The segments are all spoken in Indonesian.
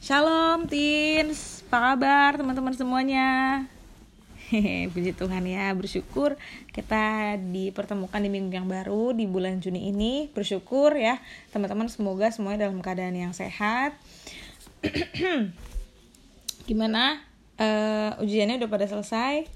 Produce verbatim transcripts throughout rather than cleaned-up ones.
Shalom teens, apa kabar teman-teman semuanya? Hehe, puji Tuhan ya, bersyukur kita dipertemukan di minggu yang baru di bulan Juni ini. Bersyukur ya teman-teman, semoga semuanya dalam keadaan yang sehat. Gimana? Uh, ujiannya udah pada selesai?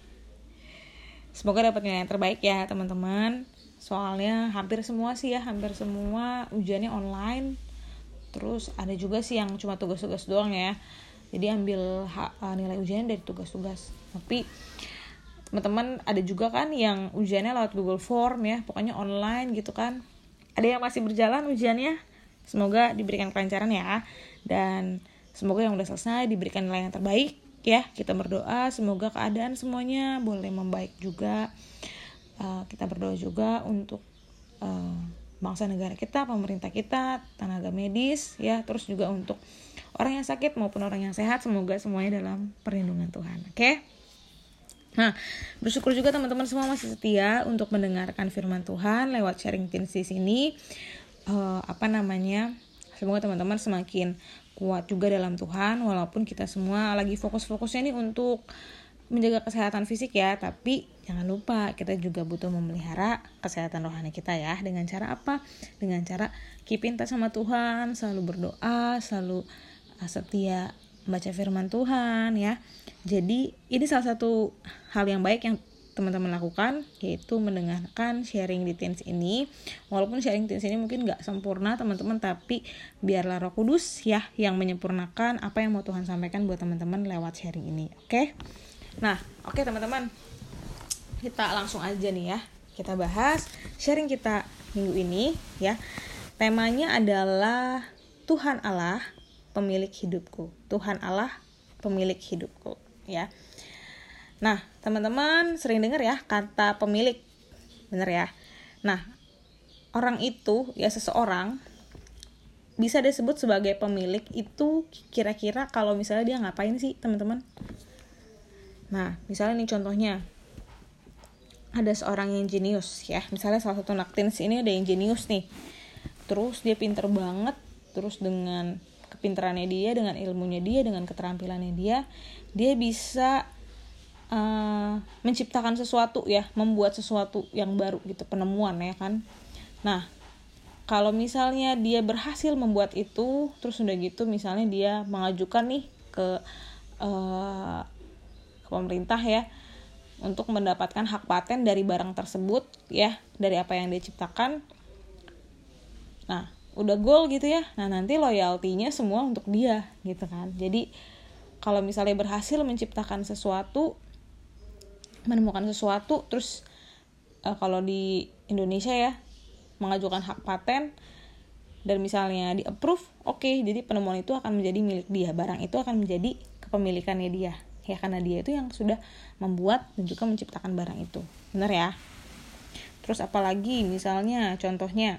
Semoga dapat nilai yang terbaik ya teman-teman. Soalnya hampir semua sih ya, hampir semua ujiannya online. Terus ada juga sih yang cuma tugas-tugas doang ya. Jadi ambil ha- nilai ujiannya dari tugas-tugas. Tapi teman-teman ada juga kan yang ujiannya lewat Google Form ya. Pokoknya online gitu kan. Ada yang masih berjalan ujiannya. Semoga diberikan kelancaran ya. Dan semoga yang udah selesai diberikan nilai yang terbaik ya. Kita berdoa semoga keadaan semuanya boleh membaik juga. Uh, kita berdoa juga untuk uh, bangsa negara kita, pemerintah kita, tenaga medis ya, terus juga untuk orang yang sakit maupun orang yang sehat, semoga semuanya dalam perlindungan Tuhan. Oke. Okay? Nah, bersyukur juga teman-teman semua masih setia untuk mendengarkan firman Tuhan lewat sharing teens di sini. Uh, apa namanya? Semoga teman-teman semakin kuat juga dalam Tuhan, walaupun kita semua lagi fokus-fokusnya nih untuk menjaga kesehatan fisik ya, tapi jangan lupa kita juga butuh memelihara kesehatan rohani kita ya. Dengan cara apa? Dengan cara keep in touch sama Tuhan, selalu berdoa, selalu setia baca firman Tuhan ya. Jadi ini salah satu hal yang baik yang teman-teman lakukan, yaitu mendengarkan sharing di teens ini. Walaupun sharing teens ini mungkin gak sempurna teman-teman, tapi biarlah Roh Kudus ya yang menyempurnakan apa yang mau Tuhan sampaikan buat teman-teman lewat sharing ini. Oke okay? Nah, oke okay, teman-teman, kita langsung aja nih ya, kita bahas sharing kita minggu ini ya. Temanya adalah Tuhan Allah pemilik hidupku. Tuhan Allah pemilik hidupku ya. Nah, teman-teman sering dengar ya kata pemilik, bener ya. Nah, orang itu ya, seseorang bisa disebut sebagai pemilik itu kira-kira kalau misalnya dia ngapain sih teman-teman? Nah, misalnya nih contohnya, ada seorang yang jenius ya. Misalnya salah satu anak teens ini ada yang jenius nih. Terus dia pinter banget. Terus dengan kepintarannya dia, dengan ilmunya dia, dengan keterampilannya dia, dia bisa uh, menciptakan sesuatu ya, membuat sesuatu yang baru gitu, penemuan ya kan. Nah, kalau misalnya dia berhasil membuat itu, terus udah gitu misalnya dia mengajukan nih ke uh, pemerintah ya untuk mendapatkan hak paten dari barang tersebut ya, dari apa yang dia ciptakan. Nah, udah goal gitu ya. Nah, nanti loyaltinya semua untuk dia gitu kan. Jadi kalau misalnya berhasil menciptakan sesuatu, menemukan sesuatu, terus uh, kalau di Indonesia ya mengajukan hak paten dan misalnya di approve, oke, okay, jadi penemuan itu akan menjadi milik dia, barang itu akan menjadi kepemilikannya dia. Ya, karena dia itu yang sudah membuat dan juga menciptakan barang itu. Benar ya? Terus apalagi misalnya contohnya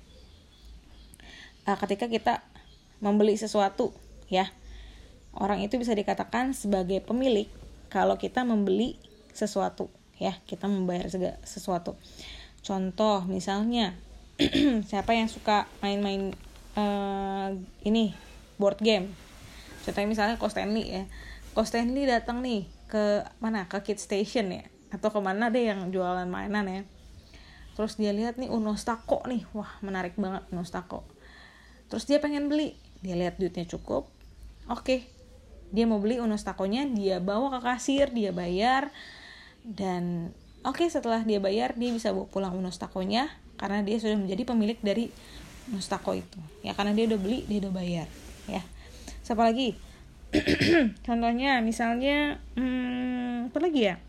ketika kita membeli sesuatu ya, orang itu bisa dikatakan sebagai pemilik kalau kita membeli sesuatu ya, kita membayar sesuatu. Contoh misalnya siapa yang suka main-main uh, ini board game, contohnya misalnya Ko Stanley ya. Ko Stanley datang nih ke mana, ke Kid Station ya, atau kemana deh yang jualan mainan ya. Terus dia lihat nih Uno Stako nih, wah menarik banget Uno Stako. Terus dia pengen beli, dia lihat duitnya cukup, oke, dia mau beli Uno Stakonya, dia bawa ke kasir, dia bayar, dan oke, setelah dia bayar dia bisa bawa pulang Uno Stakonya karena dia sudah menjadi pemilik dari Uno Stako itu ya, karena dia udah beli, dia udah bayar ya. Siapa lagi? Contohnya misalnya hmm, apa lagi ya,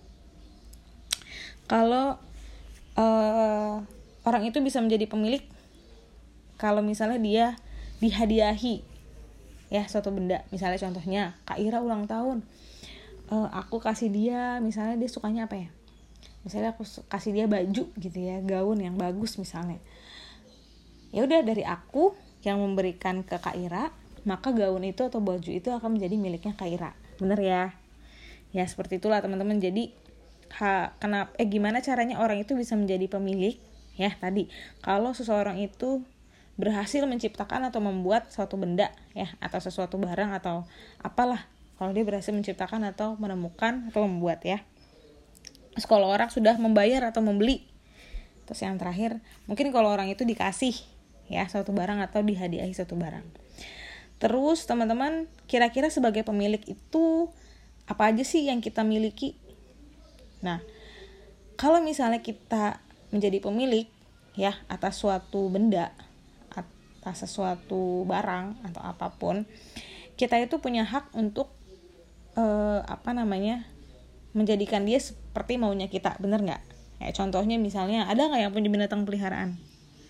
kalau uh, orang itu bisa menjadi pemilik kalau misalnya dia dihadiahi ya suatu benda. Misalnya contohnya Kak Ira ulang tahun, uh, aku kasih dia, misalnya dia sukanya apa ya, misalnya aku kasih dia baju gitu ya, gaun yang bagus misalnya. Ya udah, dari aku yang memberikan ke Kak Ira, maka gaun itu atau baju itu akan menjadi miliknya Kak Ira. Bener ya? Ya seperti itulah teman-teman. Jadi ha, kenapa eh gimana caranya orang itu bisa menjadi pemilik? Ya tadi, kalau seseorang itu berhasil menciptakan atau membuat suatu benda ya, atau sesuatu barang atau apalah, kalau dia berhasil menciptakan atau menemukan atau membuat ya. Terus kalau orang sudah membayar atau membeli. Terus yang terakhir, mungkin kalau orang itu dikasih ya suatu barang atau dihadiahi suatu barang. Terus teman-teman, kira-kira sebagai pemilik itu apa aja sih yang kita miliki? Nah, kalau misalnya kita menjadi pemilik ya atas suatu benda, atas sesuatu barang atau apapun, kita itu punya hak untuk eh, apa namanya menjadikan dia seperti maunya kita, bener nggak? Kayak contohnya misalnya, ada nggak yang punya binatang peliharaan?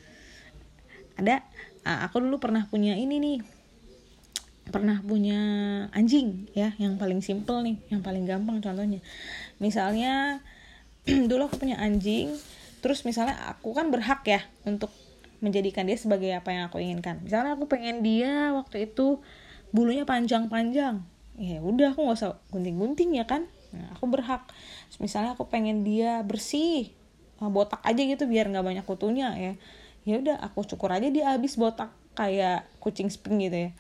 Ada. Nah, aku dulu pernah punya ini nih, pernah punya anjing ya, yang paling simple nih, yang paling gampang contohnya. Misalnya dulu aku punya anjing, terus misalnya aku kan berhak ya untuk menjadikan dia sebagai apa yang aku inginkan. Misalnya aku pengen dia waktu itu bulunya panjang-panjang, ya udah aku nggak usah gunting-gunting ya kan. Nah, aku berhak. Terus misalnya aku pengen dia bersih, botak aja gitu biar nggak banyak kutunya ya. Ya udah aku cukur aja dia habis botak kayak kucing spring gitu ya.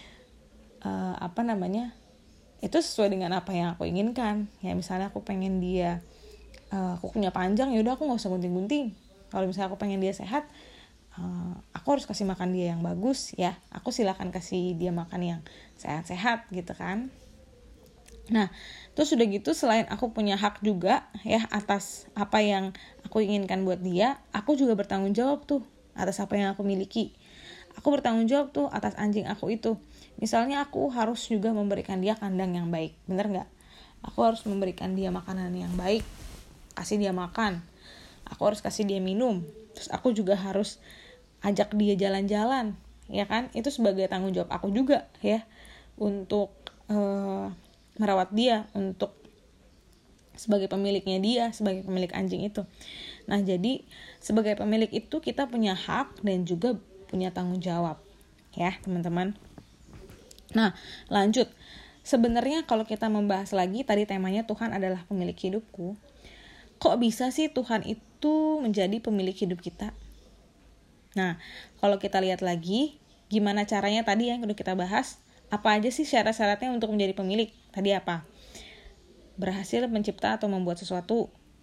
Uh, apa namanya? Itu sesuai dengan apa yang aku inginkan. Ya misalnya aku pengen dia Uh, kukunya panjang, ya udah aku nggak usah gunting-gunting. Kalau misalnya aku pengen dia sehat, uh, aku harus kasih makan dia yang bagus ya. Aku silakan kasih dia makan yang sehat-sehat gitu kan. Nah, terus udah gitu, selain aku punya hak juga ya atas apa yang aku inginkan buat dia, aku juga bertanggung jawab tuh atas apa yang aku miliki. Aku bertanggung jawab tuh atas anjing aku itu. Misalnya aku harus juga memberikan dia kandang yang baik, bener nggak? Aku harus memberikan dia makanan yang baik, kasih dia makan, aku harus kasih dia minum, terus aku juga harus ajak dia jalan-jalan, ya kan? Itu sebagai tanggung jawab aku juga ya, untuk uh, merawat dia, untuk sebagai pemiliknya dia, sebagai pemilik anjing itu. Nah, jadi sebagai pemilik itu kita punya hak dan juga punya tanggung jawab, ya teman-teman. Nah, lanjut. Sebenarnya kalau kita membahas lagi, tadi temanya Tuhan adalah pemilik hidupku. Kok bisa sih Tuhan itu menjadi pemilik hidup kita? Nah, kalau kita lihat lagi, gimana caranya tadi yang udah kita bahas, apa aja sih syarat-syaratnya untuk menjadi pemilik? Tadi apa? Berhasil mencipta atau membuat sesuatu,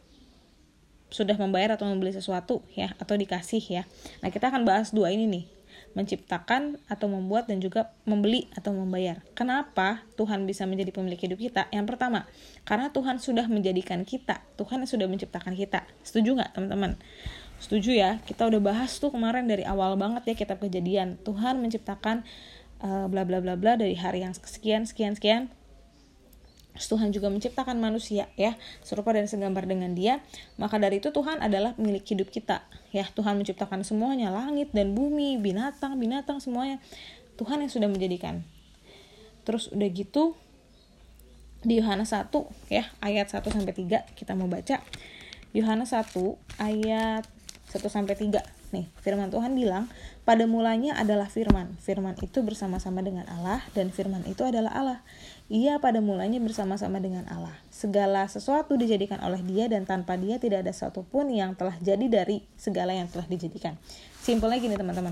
sudah membayar atau membeli sesuatu ya, atau dikasih ya. Nah, kita akan bahas dua ini nih, menciptakan atau membuat dan juga membeli atau membayar. Kenapa Tuhan bisa menjadi pemilik hidup kita? Yang pertama, karena Tuhan sudah menjadikan kita, Tuhan sudah menciptakan kita. Setuju nggak teman-teman? Setuju ya? Kita udah bahas tuh kemarin dari awal banget ya kitab Kejadian. Tuhan menciptakan uh, bla bla bla bla dari hari yang sekian sekian sekian. Tuhan juga menciptakan manusia ya, serupa dan segambar dengan Dia. Maka dari itu Tuhan adalah pemilik hidup kita. Ya, Tuhan menciptakan semuanya, langit dan bumi, binatang, binatang semuanya. Tuhan yang sudah menjadikan. Terus udah gitu di Yohanes satu ya, ayat satu sampai tiga kita mau baca. Yohanes satu ayat satu sampai tiga. Nih, firman Tuhan bilang, pada mulanya adalah firman. Firman itu bersama-sama dengan Allah dan firman itu adalah Allah. Ia pada mulanya bersama-sama dengan Allah. Segala sesuatu dijadikan oleh Dia dan tanpa Dia tidak ada sesuatu pun yang telah jadi dari segala yang telah dijadikan. Simpelnya gini teman-teman.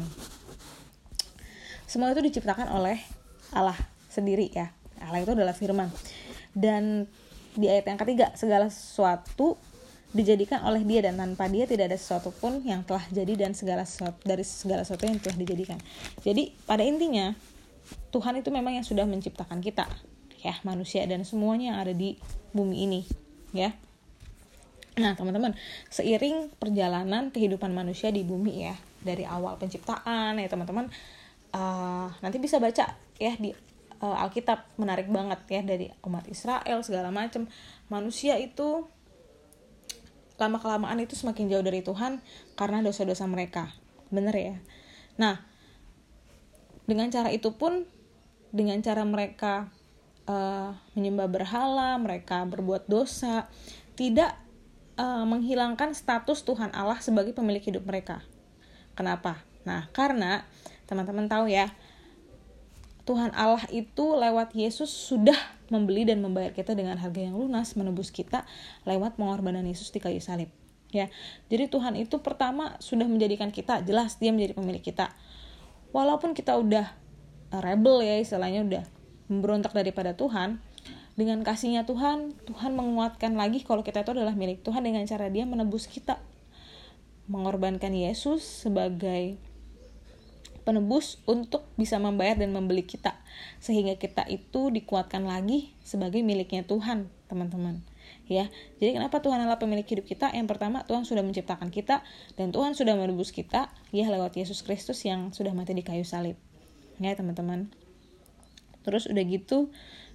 Semua itu diciptakan oleh Allah sendiri ya. Allah itu adalah firman. Dan di ayat yang ketiga, segala sesuatu dijadikan oleh Dia dan tanpa Dia tidak ada sesuatu pun yang telah jadi dan segala sesuatu dari segala sesuatu yang telah dijadikan. Jadi pada intinya Tuhan itu memang yang sudah menciptakan kita ya, manusia dan semuanya yang ada di bumi ini ya. Nah teman-teman, seiring perjalanan kehidupan manusia di bumi ya, dari awal penciptaan ya teman-teman, uh, nanti bisa baca ya di uh, Alkitab, menarik banget ya, dari umat Israel segala macam. Manusia itu lama-kelamaan itu semakin jauh dari Tuhan karena dosa-dosa mereka, bener ya. Nah dengan cara itu pun, dengan cara mereka Uh, menyembah berhala, mereka berbuat dosa, tidak uh, menghilangkan status Tuhan Allah sebagai pemilik hidup mereka. Kenapa? Nah, karena teman-teman tahu ya, Tuhan Allah itu lewat Yesus sudah membeli dan membayar kita dengan harga yang lunas, menebus kita lewat pengorbanan Yesus di kayu salib. Ya, jadi Tuhan itu pertama sudah menjadikan kita, jelas Dia menjadi pemilik kita. walaupun kita udah rebel ya istilahnya, udah memberontak daripada Tuhan, dengan kasihnya Tuhan, Tuhan menguatkan lagi kalau kita itu adalah milik Tuhan dengan cara Dia menebus kita, mengorbankan Yesus sebagai penebus untuk bisa membayar dan membeli kita, sehingga kita itu dikuatkan lagi sebagai miliknya Tuhan, teman-teman. Ya, jadi kenapa Tuhan adalah pemilik hidup kita? Yang pertama, Tuhan sudah menciptakan kita dan Tuhan sudah menebus kita ya lewat Yesus Kristus yang sudah mati di kayu salib. Ya, teman-teman. Terus udah gitu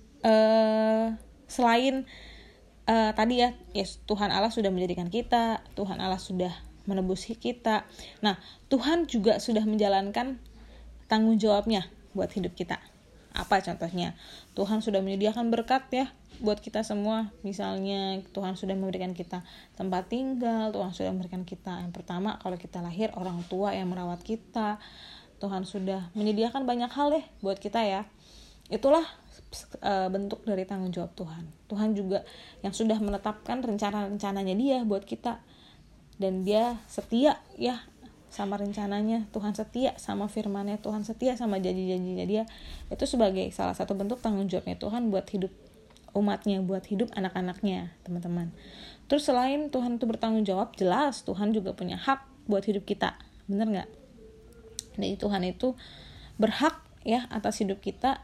Uh, selain uh, tadi ya, yes, Tuhan Allah sudah menjadikan kita, Tuhan Allah sudah menebus kita. Nah, Tuhan juga sudah menjalankan tanggung jawabnya buat hidup kita. Apa contohnya? Tuhan sudah menyediakan berkat ya buat kita semua. Misalnya Tuhan sudah memberikan kita tempat tinggal, Tuhan sudah memberikan kita yang pertama kalau kita lahir orang tua yang merawat kita. Tuhan sudah menyediakan banyak hal deh buat kita ya. Itulah uh, bentuk dari tanggung jawab Tuhan. Tuhan juga yang sudah menetapkan rencana-rencananya Dia buat kita, dan Dia setia ya sama rencananya. Tuhan setia sama firman-Nya, Tuhan setia sama janji-janjinya Dia. Itu sebagai salah satu bentuk tanggung jawabnya Tuhan buat hidup umatnya, buat hidup anak-anaknya, teman-teman. Terus selain Tuhan itu bertanggung jawab, jelas Tuhan juga punya hak buat hidup kita, bener nggak? Jadi Tuhan itu berhak ya atas hidup kita.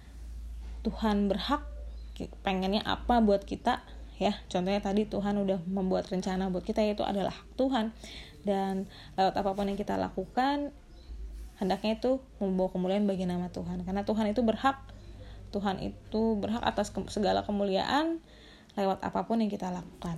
Tuhan berhak pengennya apa buat kita ya. Contohnya tadi Tuhan udah membuat rencana buat kita, yaitu adalah hak Tuhan, dan lewat apapun yang kita lakukan hendaknya itu membawa kemuliaan bagi nama Tuhan, karena Tuhan itu berhak Tuhan itu berhak atas ke- segala kemuliaan lewat apapun yang kita lakukan.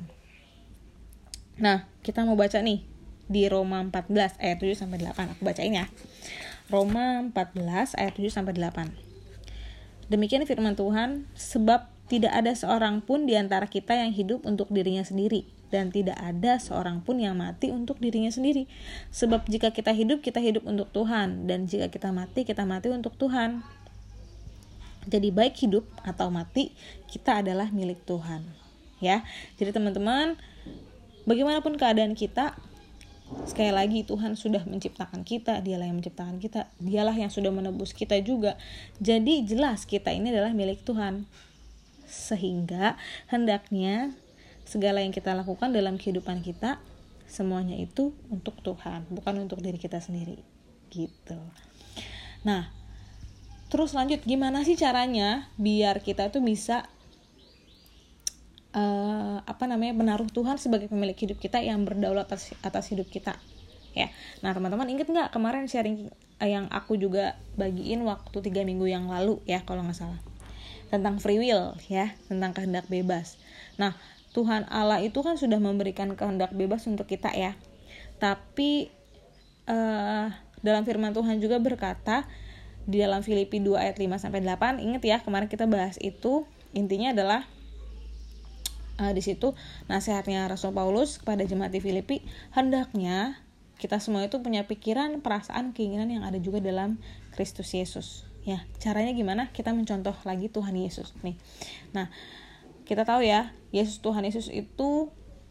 Nah, kita mau baca nih di Roma empat belas ayat tujuh sampai delapan. Aku bacain ya. Roma empat belas ayat tujuh sampai delapan. Demikian firman Tuhan, sebab tidak ada seorang pun di antara kita yang hidup untuk dirinya sendiri, dan tidak ada seorang pun yang mati untuk dirinya sendiri. Sebab jika kita hidup, kita hidup untuk Tuhan, dan jika kita mati, kita mati untuk Tuhan. Jadi baik hidup atau mati, kita adalah milik Tuhan. Ya, jadi teman-teman, bagaimanapun keadaan kita, sekali lagi Tuhan sudah menciptakan kita, Dialah yang menciptakan kita, Dialah yang sudah menebus kita juga. Jadi jelas kita ini adalah milik Tuhan. Sehingga hendaknya segala yang kita lakukan dalam kehidupan kita, semuanya itu untuk Tuhan, bukan untuk diri kita sendiri. Gitu. Nah, terus lanjut, gimana sih caranya biar kita tuh bisa Uh, apa namanya menaruh Tuhan sebagai pemilik hidup kita yang berdaulat atas, atas hidup kita ya. Nah teman-teman, inget nggak kemarin sharing uh, yang aku juga bagiin waktu tiga minggu yang lalu ya kalau nggak salah, tentang free will ya, tentang kehendak bebas. Nah Tuhan Allah itu kan sudah memberikan kehendak bebas untuk kita ya, tapi uh, dalam firman Tuhan juga berkata di dalam Filipi dua ayat lima sampai delapan. Ingat ya, kemarin kita bahas itu, intinya adalah Uh, di situ nasihatnya Rasul Paulus kepada jemaat di Filipi, hendaknya kita semua itu punya pikiran, perasaan, keinginan yang ada juga dalam Kristus Yesus. Ya, caranya gimana? Kita mencontoh lagi Tuhan Yesus nih. Nah, kita tahu ya, Yesus Tuhan Yesus itu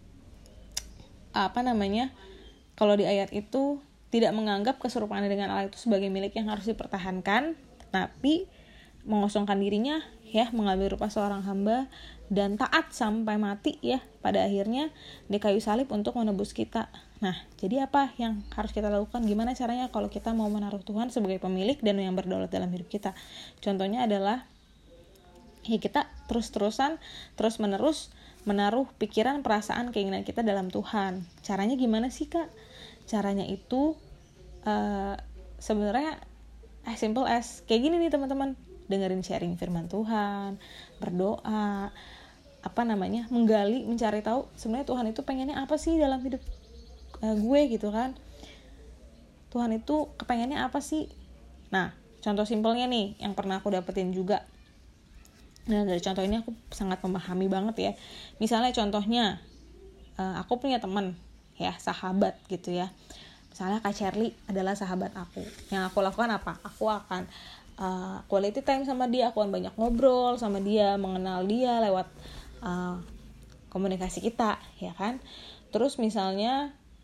apa namanya? Kalau di ayat itu tidak menganggap keserupaan dengan Allah itu sebagai milik yang harus dipertahankan, tapi mengosongkan dirinya ya, mengambil rupa seorang hamba dan taat sampai mati ya, pada akhirnya di kayu salib untuk menebus kita. Nah, jadi apa yang harus kita lakukan? Gimana caranya kalau kita mau menaruh Tuhan sebagai pemilik dan yang berdaulat dalam hidup kita? Contohnya adalah ya kita terus-terusan, terus-menerus menaruh pikiran, perasaan, keinginan kita dalam Tuhan. Caranya gimana sih Kak? Caranya itu uh, sebenarnya as simple as kayak gini nih teman-teman. Dengerin sharing firman Tuhan, berdoa, apa namanya, menggali, mencari tahu sebenarnya Tuhan itu pengennya apa sih dalam hidup uh, gue gitu kan. Tuhan itu kepengennya apa sih? Nah, contoh simpelnya nih yang pernah aku dapetin juga. Nah, dari contoh ini aku sangat memahami banget ya. Misalnya contohnya, uh, aku punya teman ya, sahabat gitu ya. Misalnya Kak Shirley adalah sahabat aku. Yang aku lakukan apa? Aku akan Uh, quality time sama dia, aku akan banyak ngobrol sama dia, mengenal dia lewat uh, komunikasi kita, ya kan. Terus misalnya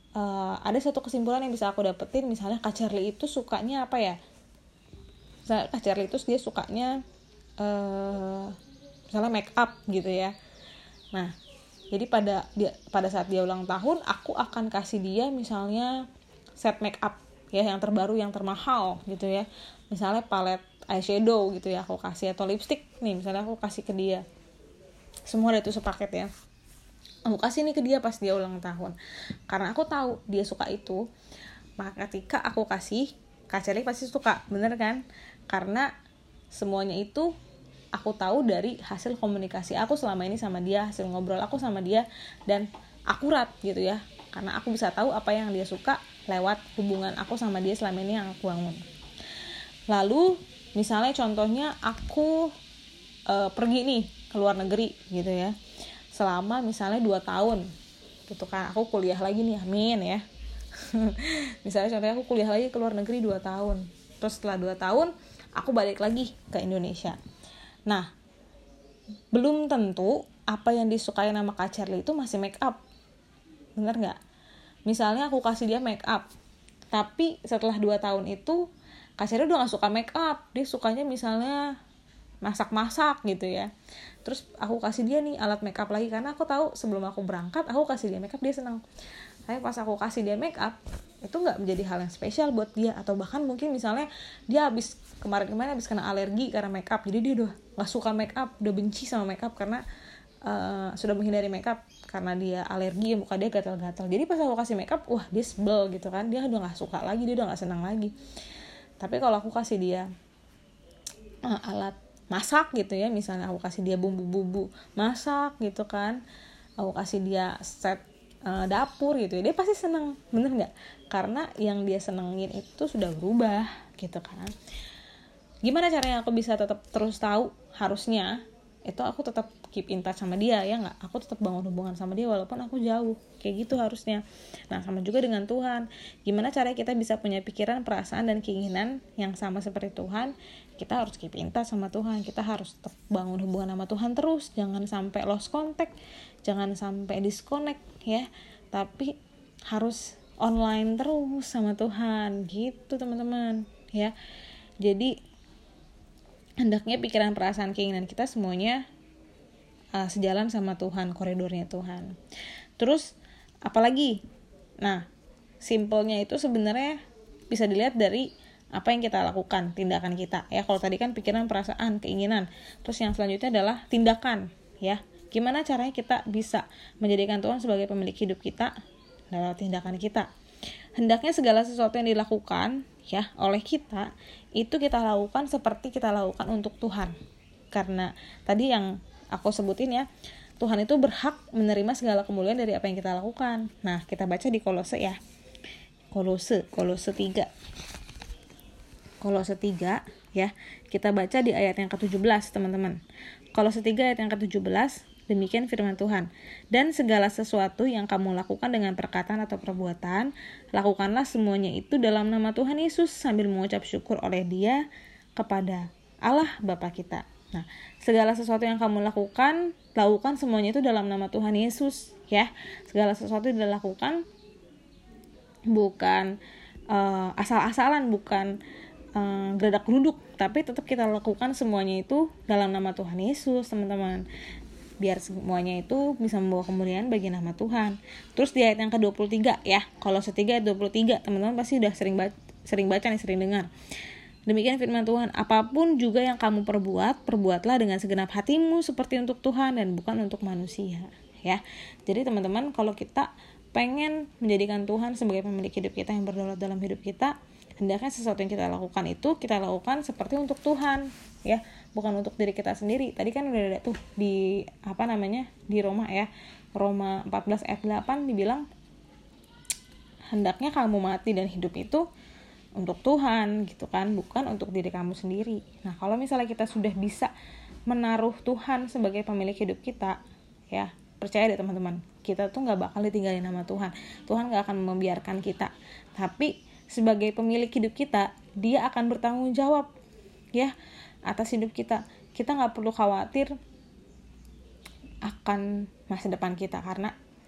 uh, ada satu kesimpulan yang bisa aku dapetin, misalnya Kak Charlie itu sukanya apa ya, misalnya Kak Charlie itu dia sukanya uh, misalnya make up gitu ya. Nah jadi pada dia pada saat dia ulang tahun, aku akan kasih dia misalnya set make up ya, yang terbaru, yang termahal gitu ya, misalnya palet eyeshadow gitu ya aku kasih, atau lipstick nih misalnya aku kasih ke dia, semua itu sepaket ya, aku kasih nih ke dia pas dia ulang tahun, karena aku tahu dia suka itu. Maka ketika aku kasih, Kak Charlie pasti suka, bener kan? Karena semuanya itu aku tahu dari hasil komunikasi aku selama ini sama dia, hasil ngobrol aku sama dia, dan akurat gitu ya, karena aku bisa tahu apa yang dia suka lewat hubungan aku sama dia selama ini yang aku bangun. Lalu misalnya contohnya aku e, pergi nih ke luar negeri gitu ya, selama misalnya dua tahun gitu kan, aku kuliah lagi nih, amin ya. Misalnya contohnya aku kuliah lagi ke luar negeri dua tahun, terus setelah dua tahun aku balik lagi ke Indonesia. Nah, belum tentu apa yang disukai nama Kak Charlie itu masih make up, bener nggak? Misalnya aku kasih dia make up, tapi setelah dua tahun itu Kak Charlie udah nggak suka make up, dia sukanya misalnya masak-masak gitu ya. Terus aku kasih dia nih alat make up lagi, karena aku tahu sebelum aku berangkat aku kasih dia make up, dia senang. Tapi pas aku kasih dia make up, itu nggak menjadi hal yang spesial buat dia, atau bahkan mungkin misalnya dia habis kemarin-kemarin habis kena alergi karena make up, jadi dia udah nggak suka make up, udah benci sama make up karena uh, sudah menghindari make up karena dia alergi, muka dia gatal-gatal. Jadi pas aku kasih make up, wah dia sebel gitu kan, dia udah nggak suka lagi, dia udah nggak senang lagi. Tapi kalau aku kasih dia uh, alat masak gitu ya, misalnya aku kasih dia bumbu-bumbu masak gitu kan, aku kasih dia set uh, dapur gitu ya, dia pasti seneng, bener nggak? Karena yang dia senengin itu sudah berubah gitu kan. Gimana caranya aku bisa tetap terus tahu? Harusnya itu aku tetap keep in touch sama dia ya nggak, aku tetap bangun hubungan sama dia walaupun aku jauh, kayak gitu harusnya. Nah sama juga dengan Tuhan, gimana caranya kita bisa punya pikiran, perasaan, dan keinginan yang sama seperti Tuhan? Kita harus keep in touch sama Tuhan, kita harus tetap bangun hubungan sama Tuhan terus, jangan sampai lost contact, jangan sampai disconnect ya, tapi harus online terus sama Tuhan gitu teman-teman ya. Jadi hendaknya pikiran, perasaan, keinginan kita semuanya uh, sejalan sama Tuhan, koridornya Tuhan. Terus apalagi? Nah, simpelnya itu sebenarnya bisa dilihat dari apa yang kita lakukan, tindakan kita ya. Kalau tadi kan pikiran, perasaan, keinginan. Terus yang selanjutnya adalah tindakan ya. Gimana caranya kita bisa menjadikan Tuhan sebagai pemilik hidup kita? Lewat tindakan kita. Hendaknya segala sesuatu yang dilakukan ya oleh kita itu kita lakukan seperti kita lakukan untuk Tuhan. Karena tadi yang aku sebutin ya, Tuhan itu berhak menerima segala kemuliaan dari apa yang kita lakukan. Nah, kita baca di Kolose ya. Kolose, Kolose tiga. Kolose tiga ya. Kita baca di ayat yang ketujuh belas, teman-teman. Kolose tiga ayat yang ketujuh belas. Demikian firman Tuhan. Dan segala sesuatu yang kamu lakukan dengan perkataan atau perbuatan, lakukanlah semuanya itu dalam nama Tuhan Yesus sambil mengucap syukur oleh Dia kepada Allah Bapa kita. Nah, segala sesuatu yang kamu lakukan, lakukan semuanya itu dalam nama Tuhan Yesus ya. Segala sesuatu yang dilakukan bukan uh, asal-asalan, bukan uh, geradak-geruduk, tapi tetap kita lakukan semuanya itu dalam nama Tuhan Yesus, teman-teman. Biar semuanya itu bisa membawa kemuliaan bagi nama Tuhan. Terus di ayat yang ke dua puluh tiga ya, Kolose tiga ayat dua puluh tiga, teman-teman pasti udah sering baca, sering baca nih, sering dengar. Demikian firman Tuhan, apapun juga yang kamu perbuat, perbuatlah dengan segenap hatimu seperti untuk Tuhan dan bukan untuk manusia ya. Jadi teman-teman, kalau kita pengen menjadikan Tuhan sebagai pemilik hidup kita yang berdaulat dalam hidup kita, hendaknya sesuatu yang kita lakukan itu kita lakukan seperti untuk Tuhan ya, bukan untuk diri kita sendiri. Tadi kan udah ada tuh di apa namanya di Roma ya, Roma empat belas ayat delapan dibilang hendaknya kamu mati dan hidup itu untuk Tuhan gitu kan, bukan untuk diri kamu sendiri. Nah kalau misalnya kita sudah bisa menaruh Tuhan sebagai pemilik hidup kita ya, percaya deh teman-teman, kita tuh nggak bakal ditinggalin sama Tuhan. Tuhan nggak akan membiarkan kita, tapi sebagai pemilik hidup kita, Dia akan bertanggung jawab ya atas hidup kita. Kita nggak perlu khawatir akan masa depan kita, karena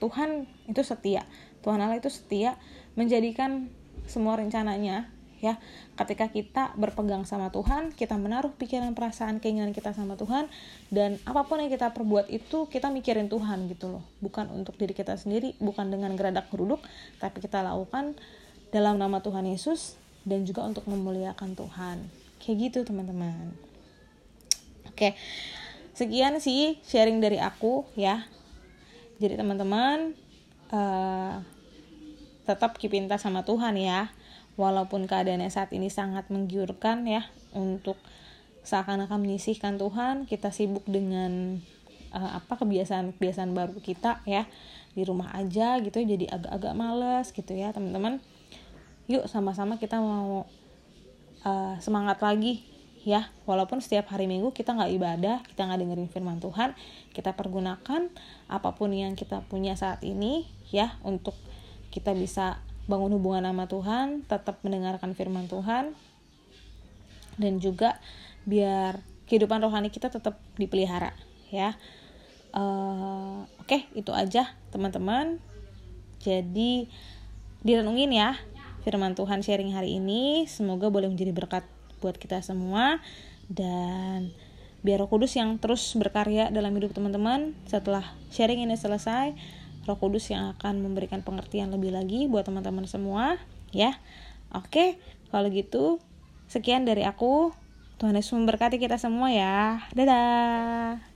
Tuhan itu setia. Tuhan Allah itu setia menjadikan semua rencananya, ya. Ketika kita berpegang sama Tuhan, kita menaruh pikiran, perasaan, keinginan kita sama Tuhan, dan apapun yang kita perbuat itu kita mikirin Tuhan gitu loh. Bukan untuk diri kita sendiri, bukan dengan geradak geruduk, tapi kita lakukan dalam nama Tuhan Yesus dan juga untuk memuliakan Tuhan. Kayak gitu teman-teman. Oke. Sekian sih sharing dari aku ya. Jadi teman-teman uh, tetap keep in touch sama Tuhan ya. Walaupun keadaannya saat ini sangat menggiurkan ya, untuk seakan-akan menyisihkan Tuhan, kita sibuk dengan uh, apa kebiasaan-kebiasaan baru kita ya, di rumah aja gitu, jadi agak-agak malas gitu ya teman-teman. Yuk sama-sama kita mau uh, semangat lagi ya, walaupun setiap hari Minggu kita nggak ibadah, kita nggak dengerin firman Tuhan, kita pergunakan apapun yang kita punya saat ini ya, untuk kita bisa bangun hubungan sama Tuhan, tetap mendengarkan firman Tuhan, dan juga biar kehidupan rohani kita tetap dipelihara ya. Uh, Oke, okay, itu aja teman-teman. Jadi direnungin ya firman Tuhan sharing hari ini, semoga boleh menjadi berkat buat kita semua, dan biar Roh Kudus yang terus berkarya dalam hidup teman-teman. Setelah sharing ini selesai, Roh Kudus yang akan memberikan pengertian lebih lagi buat teman-teman semua ya. Oke, kalau gitu sekian dari aku. Tuhan Yesus memberkati kita semua ya. Dadah.